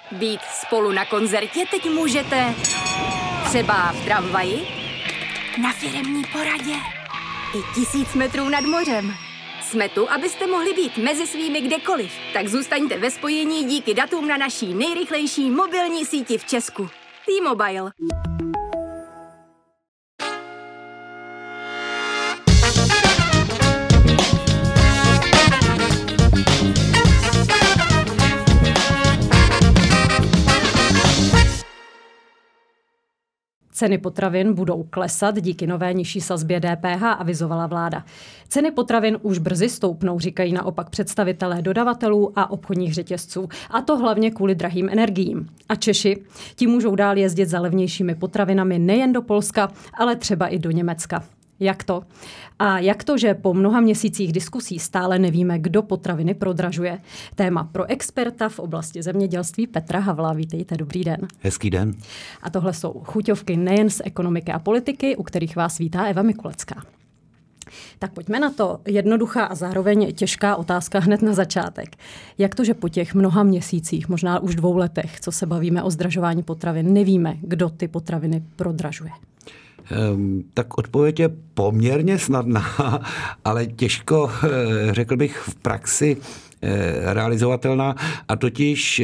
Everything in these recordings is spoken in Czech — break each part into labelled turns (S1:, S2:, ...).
S1: Být spolu na koncertě teď můžete třeba v tramvaji, na firemní poradě i 1000 metrů nad mořem. Jsme tu, abyste mohli být mezi svými kdekoliv. Tak zůstaňte ve spojení díky datům na naší nejrychlejší mobilní síti v Česku. T-Mobile.
S2: Ceny potravin budou klesat díky nové nižší sazbě DPH, avizovala vláda. Ceny potravin už brzy stoupnou, říkají naopak představitelé dodavatelů a obchodních řetězců. A to hlavně kvůli drahým energiím. A Češi, ti můžou dál jezdit za levnějšími potravinami nejen do Polska, ale třeba i do Německa. Jak to? A jak to, že po mnoha měsících diskusí stále nevíme, kdo potraviny prodražuje? Téma pro experta v oblasti zemědělství Petra Havla. Vítejte, dobrý den.
S3: Hezký den.
S2: A tohle jsou chuťovky nejen z ekonomiky a politiky, u kterých vás vítá Eva Mikulecká. Tak pojďme na to. Jednoduchá a zároveň těžká otázka hned na začátek. Jak to, že po těch mnoha měsících, možná už 2 letech, co se bavíme o zdražování potravin, nevíme, kdo ty potraviny prodražuje?
S3: Tak odpověď je poměrně snadná, ale těžko, řekl bych, v praxi realizovatelná. A totiž,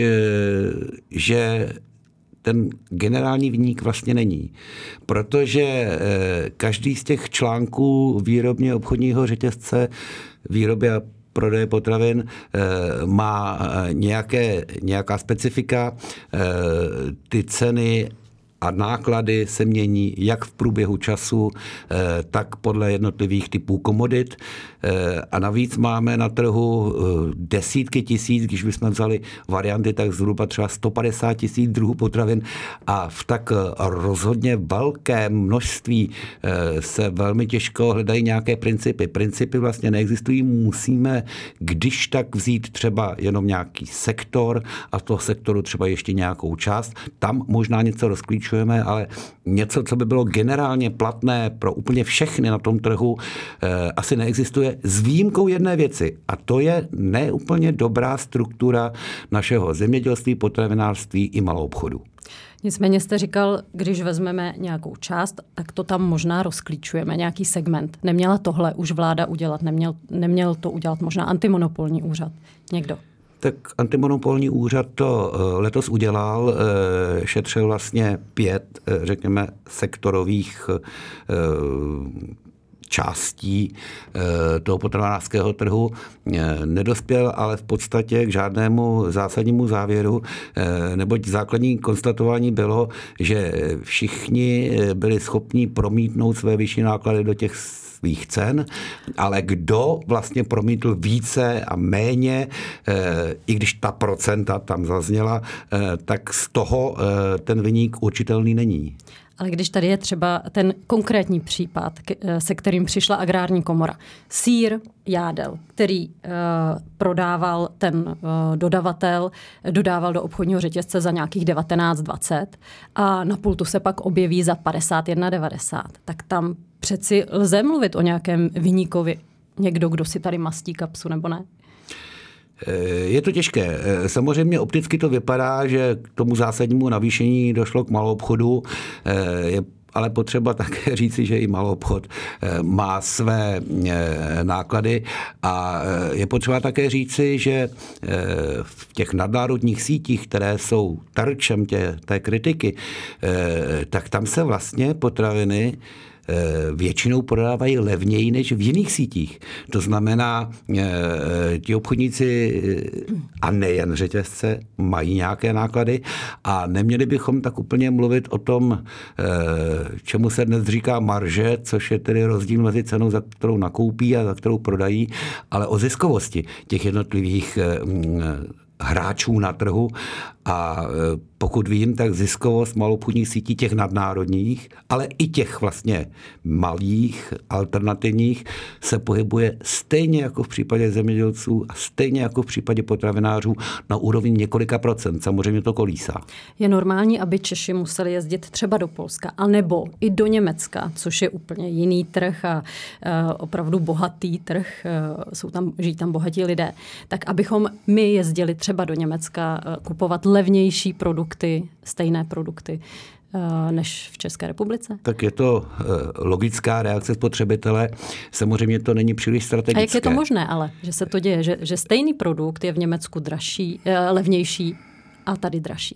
S3: že ten generální viník vlastně není. Protože každý z těch článků výrobně obchodního řetězce, výroby a prodeje potravin má nějaká specifika. Ty ceny a náklady se mění jak v průběhu času, tak podle jednotlivých typů komodit. A navíc máme na trhu desítky tisíc, když bychom vzali varianty, tak zhruba třeba 150 000 druhů potravin a v tak rozhodně velkém množství se velmi těžko hledají nějaké principy. Principy vlastně neexistují, musíme když tak vzít třeba jenom nějaký sektor a z toho sektoru třeba ještě nějakou část. Tam možná něco rozklíčujeme, ale něco, co by bylo generálně platné pro úplně všechny na tom trhu, asi neexistuje. S výjimkou jedné věci, a to je neúplně dobrá struktura našeho zemědělství, potravinářství i maloobchodu.
S2: Nicméně jste říkal, když vezmeme nějakou část, tak to tam možná rozklíčujeme, nějaký segment. Neměla tohle už vláda udělat, neměl to udělat možná antimonopolní úřad, někdo?
S3: Tak antimonopolní úřad to letos udělal, šetřil vlastně 5, řekněme, sektorových částí toho potravinářského trhu. Nedospěl ale v podstatě k žádnému zásadnímu závěru, neboť základní konstatování bylo, že všichni byli schopni promítnout své vyšší náklady do těch svých cen, ale kdo vlastně promítl více a méně, i když ta procenta tam zazněla, tak z toho ten viník určitelný není.
S2: Ale když tady je třeba ten konkrétní případ, se kterým přišla agrární komora, sýr Jádel, který prodával ten dodavatel, dodával do obchodního řetězce za nějakých 19,20 a na pultu se pak objeví za 51,90. Tak tam přeci lze mluvit o nějakém viníkovi. Někdo, kdo si tady mastí kapsu, nebo ne?
S3: Je to těžké. Samozřejmě opticky to vypadá, že k tomu zásadnímu navýšení došlo k maloobchodu. Je ale potřeba také říci, že i maloobchod má své náklady a je potřeba také říci, že v těch nadnárodních sítích, které jsou terčem té kritiky, tak tam se vlastně potraviny většinou prodávají levněji než v jiných sítích. To znamená, ti obchodníci a nejen řetězce mají nějaké náklady a neměli bychom tak úplně mluvit o tom, čemu se dnes říká marže, což je tedy rozdíl mezi cenou, za kterou nakoupí a za kterou prodají, ale o ziskovosti těch jednotlivých hráčů na trhu a pokud vím, tak ziskovost maloobchodních sítí těch nadnárodních, ale i těch vlastně malých, alternativních se pohybuje stejně jako v případě zemědělců a stejně jako v případě potravinářů na úrovni několika procent. Samozřejmě to kolísá.
S2: Je normální, aby Češi museli jezdit třeba do Polska, anebo i do Německa, což je úplně jiný trh a opravdu bohatý trh, žijí tam bohatí lidé, tak abychom my jezdili třeba třeba do Německa kupovat levnější produkty, stejné produkty, než v České republice?
S3: Tak je to logická reakce spotřebitele. Samozřejmě to není příliš strategické.
S2: A jak je to možné ale, že se to děje, že stejný produkt je v Německu levnější a tady dražší?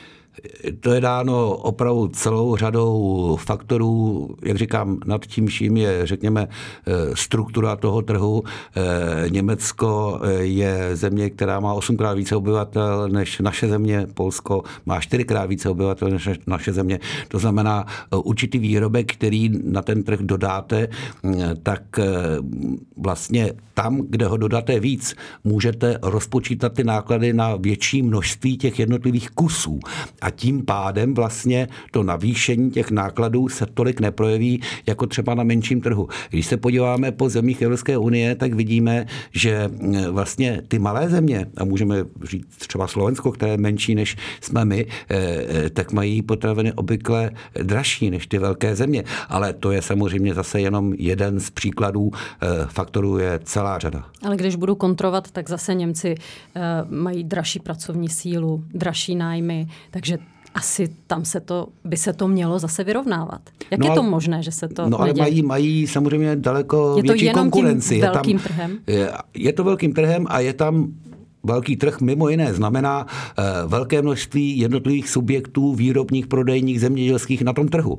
S3: To je dáno opravdu celou řadou faktorů, jak říkám, nad tím vším je, řekněme, struktura toho trhu. Německo je země, která má 8krát více obyvatel než naše země. Polsko má 4krát více obyvatel než naše země. To znamená, určitý výrobek, který na ten trh dodáte, tak vlastně tam, kde ho dodáte víc, můžete rozpočítat ty náklady na větší množství těch jednotlivých kusů. A tím pádem vlastně to navýšení těch nákladů se tolik neprojeví jako třeba na menším trhu. Když se podíváme po zemích Evropské unie, tak vidíme, že vlastně ty malé země, a můžeme říct třeba Slovensko, které je menší než jsme my, tak mají potraviny obvykle dražší než ty velké země. Ale to je samozřejmě zase jenom jeden z příkladů, faktorů je celá řada.
S2: Ale když budu kontrovat, tak zase Němci mají dražší pracovní sílu, dražší nájmy, takže asi tam by se to mělo zase vyrovnávat. Jak je to možné, že se to neděje?
S3: Ale mají samozřejmě daleko větší konkurenci.
S2: Je to velkým trhem?
S3: Je to velkým trhem a je tam velký trh mimo jiné znamená velké množství jednotlivých subjektů výrobních, prodejních, zemědělských na tom trhu.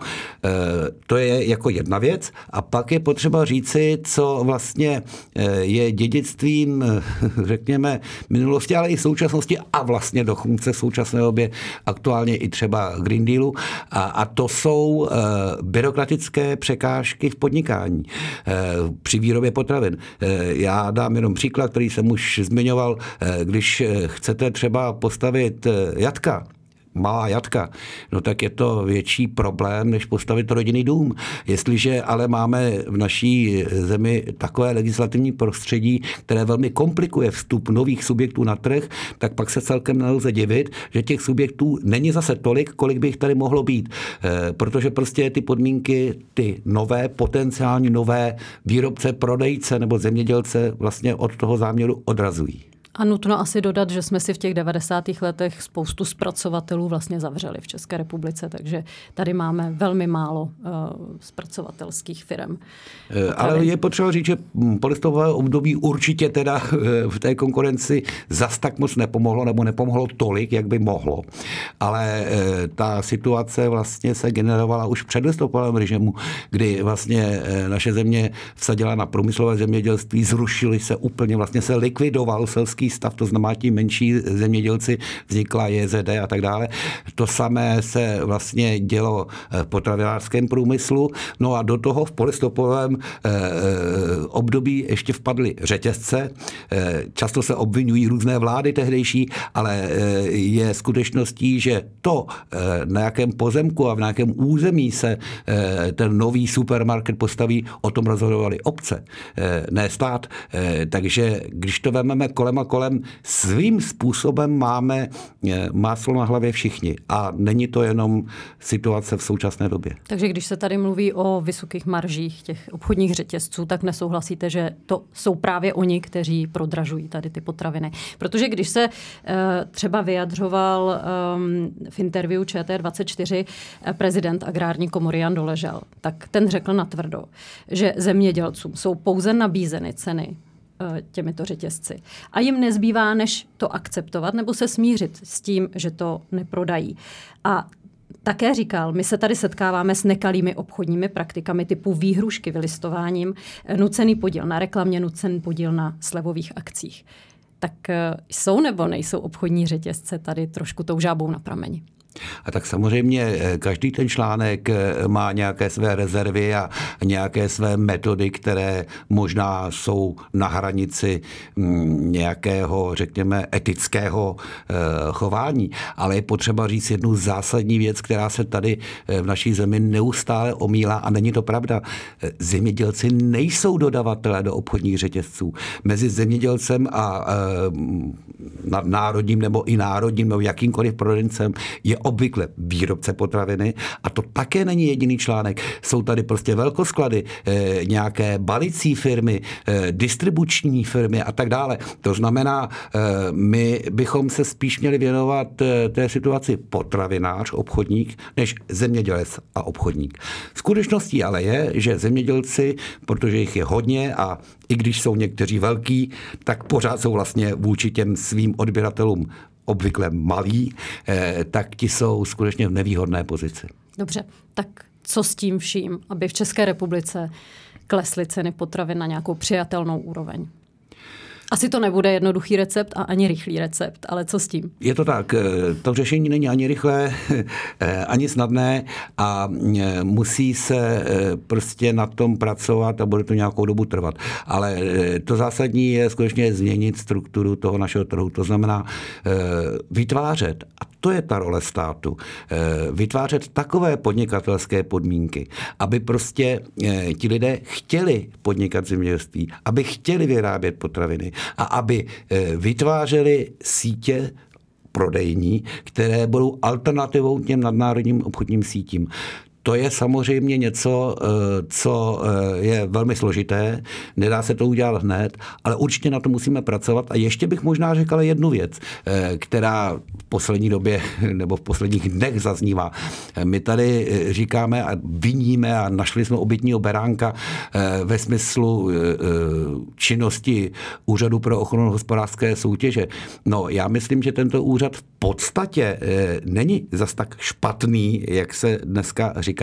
S3: To je jako jedna věc. A pak je potřeba říci, co vlastně je dědictvím, řekněme, minulosti, ale i současnosti a vlastně dokonce v současné době aktuálně i třeba Green Dealu. A to jsou byrokratické překážky v podnikání při výrobě potravin. Já dám jenom příklad, který jsem už zmiňoval. Když chcete třeba postavit jatka, malá jatka, no tak je to větší problém, než postavit rodinný dům. Jestliže ale máme v naší zemi takové legislativní prostředí, které velmi komplikuje vstup nových subjektů na trh, tak pak se celkem nelze divit, že těch subjektů není zase tolik, kolik by jich tady mohlo být. Protože prostě ty podmínky, ty nové, potenciální nové výrobce, prodejce nebo zemědělce vlastně od toho záměru odrazují.
S2: A nutno asi dodat, že jsme si v těch 90. letech spoustu zpracovatelů vlastně zavřeli v České republice, takže tady máme velmi málo zpracovatelských firem.
S3: Ale je potřeba říct, že polistové období určitě teda v té konkurenci zas tak moc nepomohlo, nebo nepomohlo tolik, jak by mohlo. Ale ta situace vlastně se generovala už v předlistopadovém režimu, kdy vlastně naše země vsadila na průmyslové zemědělství, zrušili se úplně, vlastně se likvidoval selský stav, to znamená ti menší zemědělci, vznikla JZD a tak dále. To samé se vlastně dělo v potravinářském průmyslu. No a do toho v polistopadovém období ještě vpadly řetězce. Často se obvinují různé vlády tehdejší, ale je skutečností, že to, na jakém pozemku a v nějakém území se ten nový supermarket postaví, o tom rozhodovaly obce, ne stát. Takže když to vezmeme kolem a kolem, svým způsobem máme máslo na hlavě všichni. A není to jenom situace v současné době.
S2: Takže když se tady mluví o vysokých maržích těch obchodních řetězců, tak nesouhlasíte, že to jsou právě oni, kteří prodražují tady ty potraviny. Protože když se třeba vyjadřoval v interview ČT24 prezident Agrární komory Jan Doležal, tak ten řekl natvrdo, že zemědělcům jsou pouze nabízeny ceny těmito řetězci. A jim nezbývá, než to akceptovat nebo se smířit s tím, že to neprodají. A také říkal, my se tady setkáváme s nekalými obchodními praktikami typu výhrušky vylistováním, nucený podíl na reklamě, nucený podíl na slevových akcích. Tak jsou nebo nejsou obchodní řetězce tady trošku tou žábou na prameni?
S3: A tak samozřejmě každý ten článek má nějaké své rezervy a nějaké své metody, které možná jsou na hranici nějakého, řekněme, etického chování. Ale je potřeba říct jednu zásadní věc, která se tady v naší zemi neustále omílá a není to pravda. Zemědělci nejsou dodavatelé do obchodních řetězců. Mezi zemědělcem a nadnárodním nebo i národním nebo jakýmkoliv prodejcem je obvykle výrobce potraviny a to také není jediný článek. Jsou tady prostě velkosklady, nějaké balicí firmy, distribuční firmy a tak dále. To znamená, my bychom se spíš měli věnovat té situaci potravinář, obchodník, než zemědělec a obchodník. Skutečností ale je, že zemědělci, protože jich je hodně a i když jsou někteří velký, tak pořád jsou vlastně vůči těm svým odběratelům obvykle malí, tak ti jsou skutečně v nevýhodné pozici.
S2: Dobře, tak co s tím vším, aby v České republice klesly ceny potravin na nějakou přijatelnou úroveň? Asi to nebude jednoduchý recept a ani rychlý recept, ale co s tím?
S3: Je to tak, to řešení není ani rychlé, ani snadné a musí se prostě na tom pracovat a bude to nějakou dobu trvat. Ale to zásadní je skutečně změnit strukturu toho našeho trhu. To znamená vytvářet, a to je ta role státu, vytvářet takové podnikatelské podmínky, aby prostě ti lidé chtěli podnikat v zemědělství, aby chtěli vyrábět potraviny a aby vytvářeli sítě prodejní, které budou alternativou těm nadnárodním obchodním sítím. To je samozřejmě něco, co je velmi složité, nedá se to udělat hned, ale určitě na to musíme pracovat. A ještě bych možná řekl jednu věc, která v poslední době nebo v posledních dnech zaznívá. My tady říkáme a viníme a našli jsme obětního beránka ve smyslu činnosti Úřadu pro ochranu hospodářské soutěže. No, já myslím, že tento úřad v podstatě není zas tak špatný, jak se dneska říká.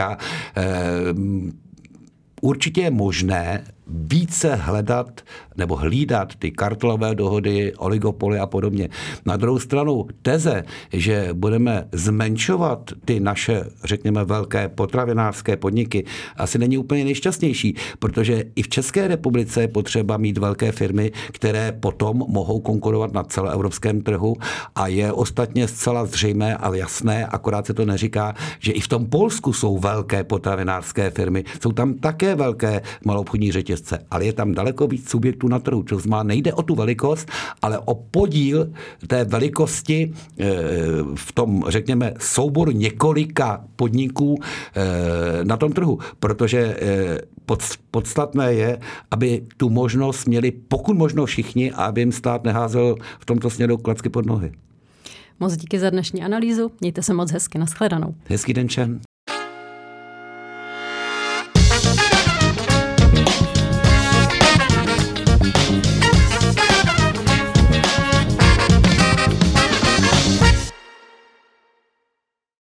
S3: Určitě je možné více hledat nebo hlídat ty kartelové dohody, oligopoly a podobně. Na druhou stranu teze, že budeme zmenšovat ty naše, řekněme, velké potravinářské podniky, asi není úplně nejšťastnější, protože i v České republice je potřeba mít velké firmy, které potom mohou konkurovat na celoevropském trhu a je ostatně zcela zřejmé a jasné, akorát se to neříká, že i v tom Polsku jsou velké potravinářské firmy, jsou tam také velké maloobchodní řetězce, ale je tam daleko víc subjektů na trhu. To znamená, nejde o tu velikost, ale o podíl té velikosti v tom, řekněme, souboru několika podniků na tom trhu. Protože podstatné je, aby tu možnost měli pokud možno všichni a aby jim stát neházel v tomto směru klacky pod nohy.
S2: Moc díky za dnešní analýzu. Mějte se moc hezky. Nashledanou.
S3: Hezký den všem.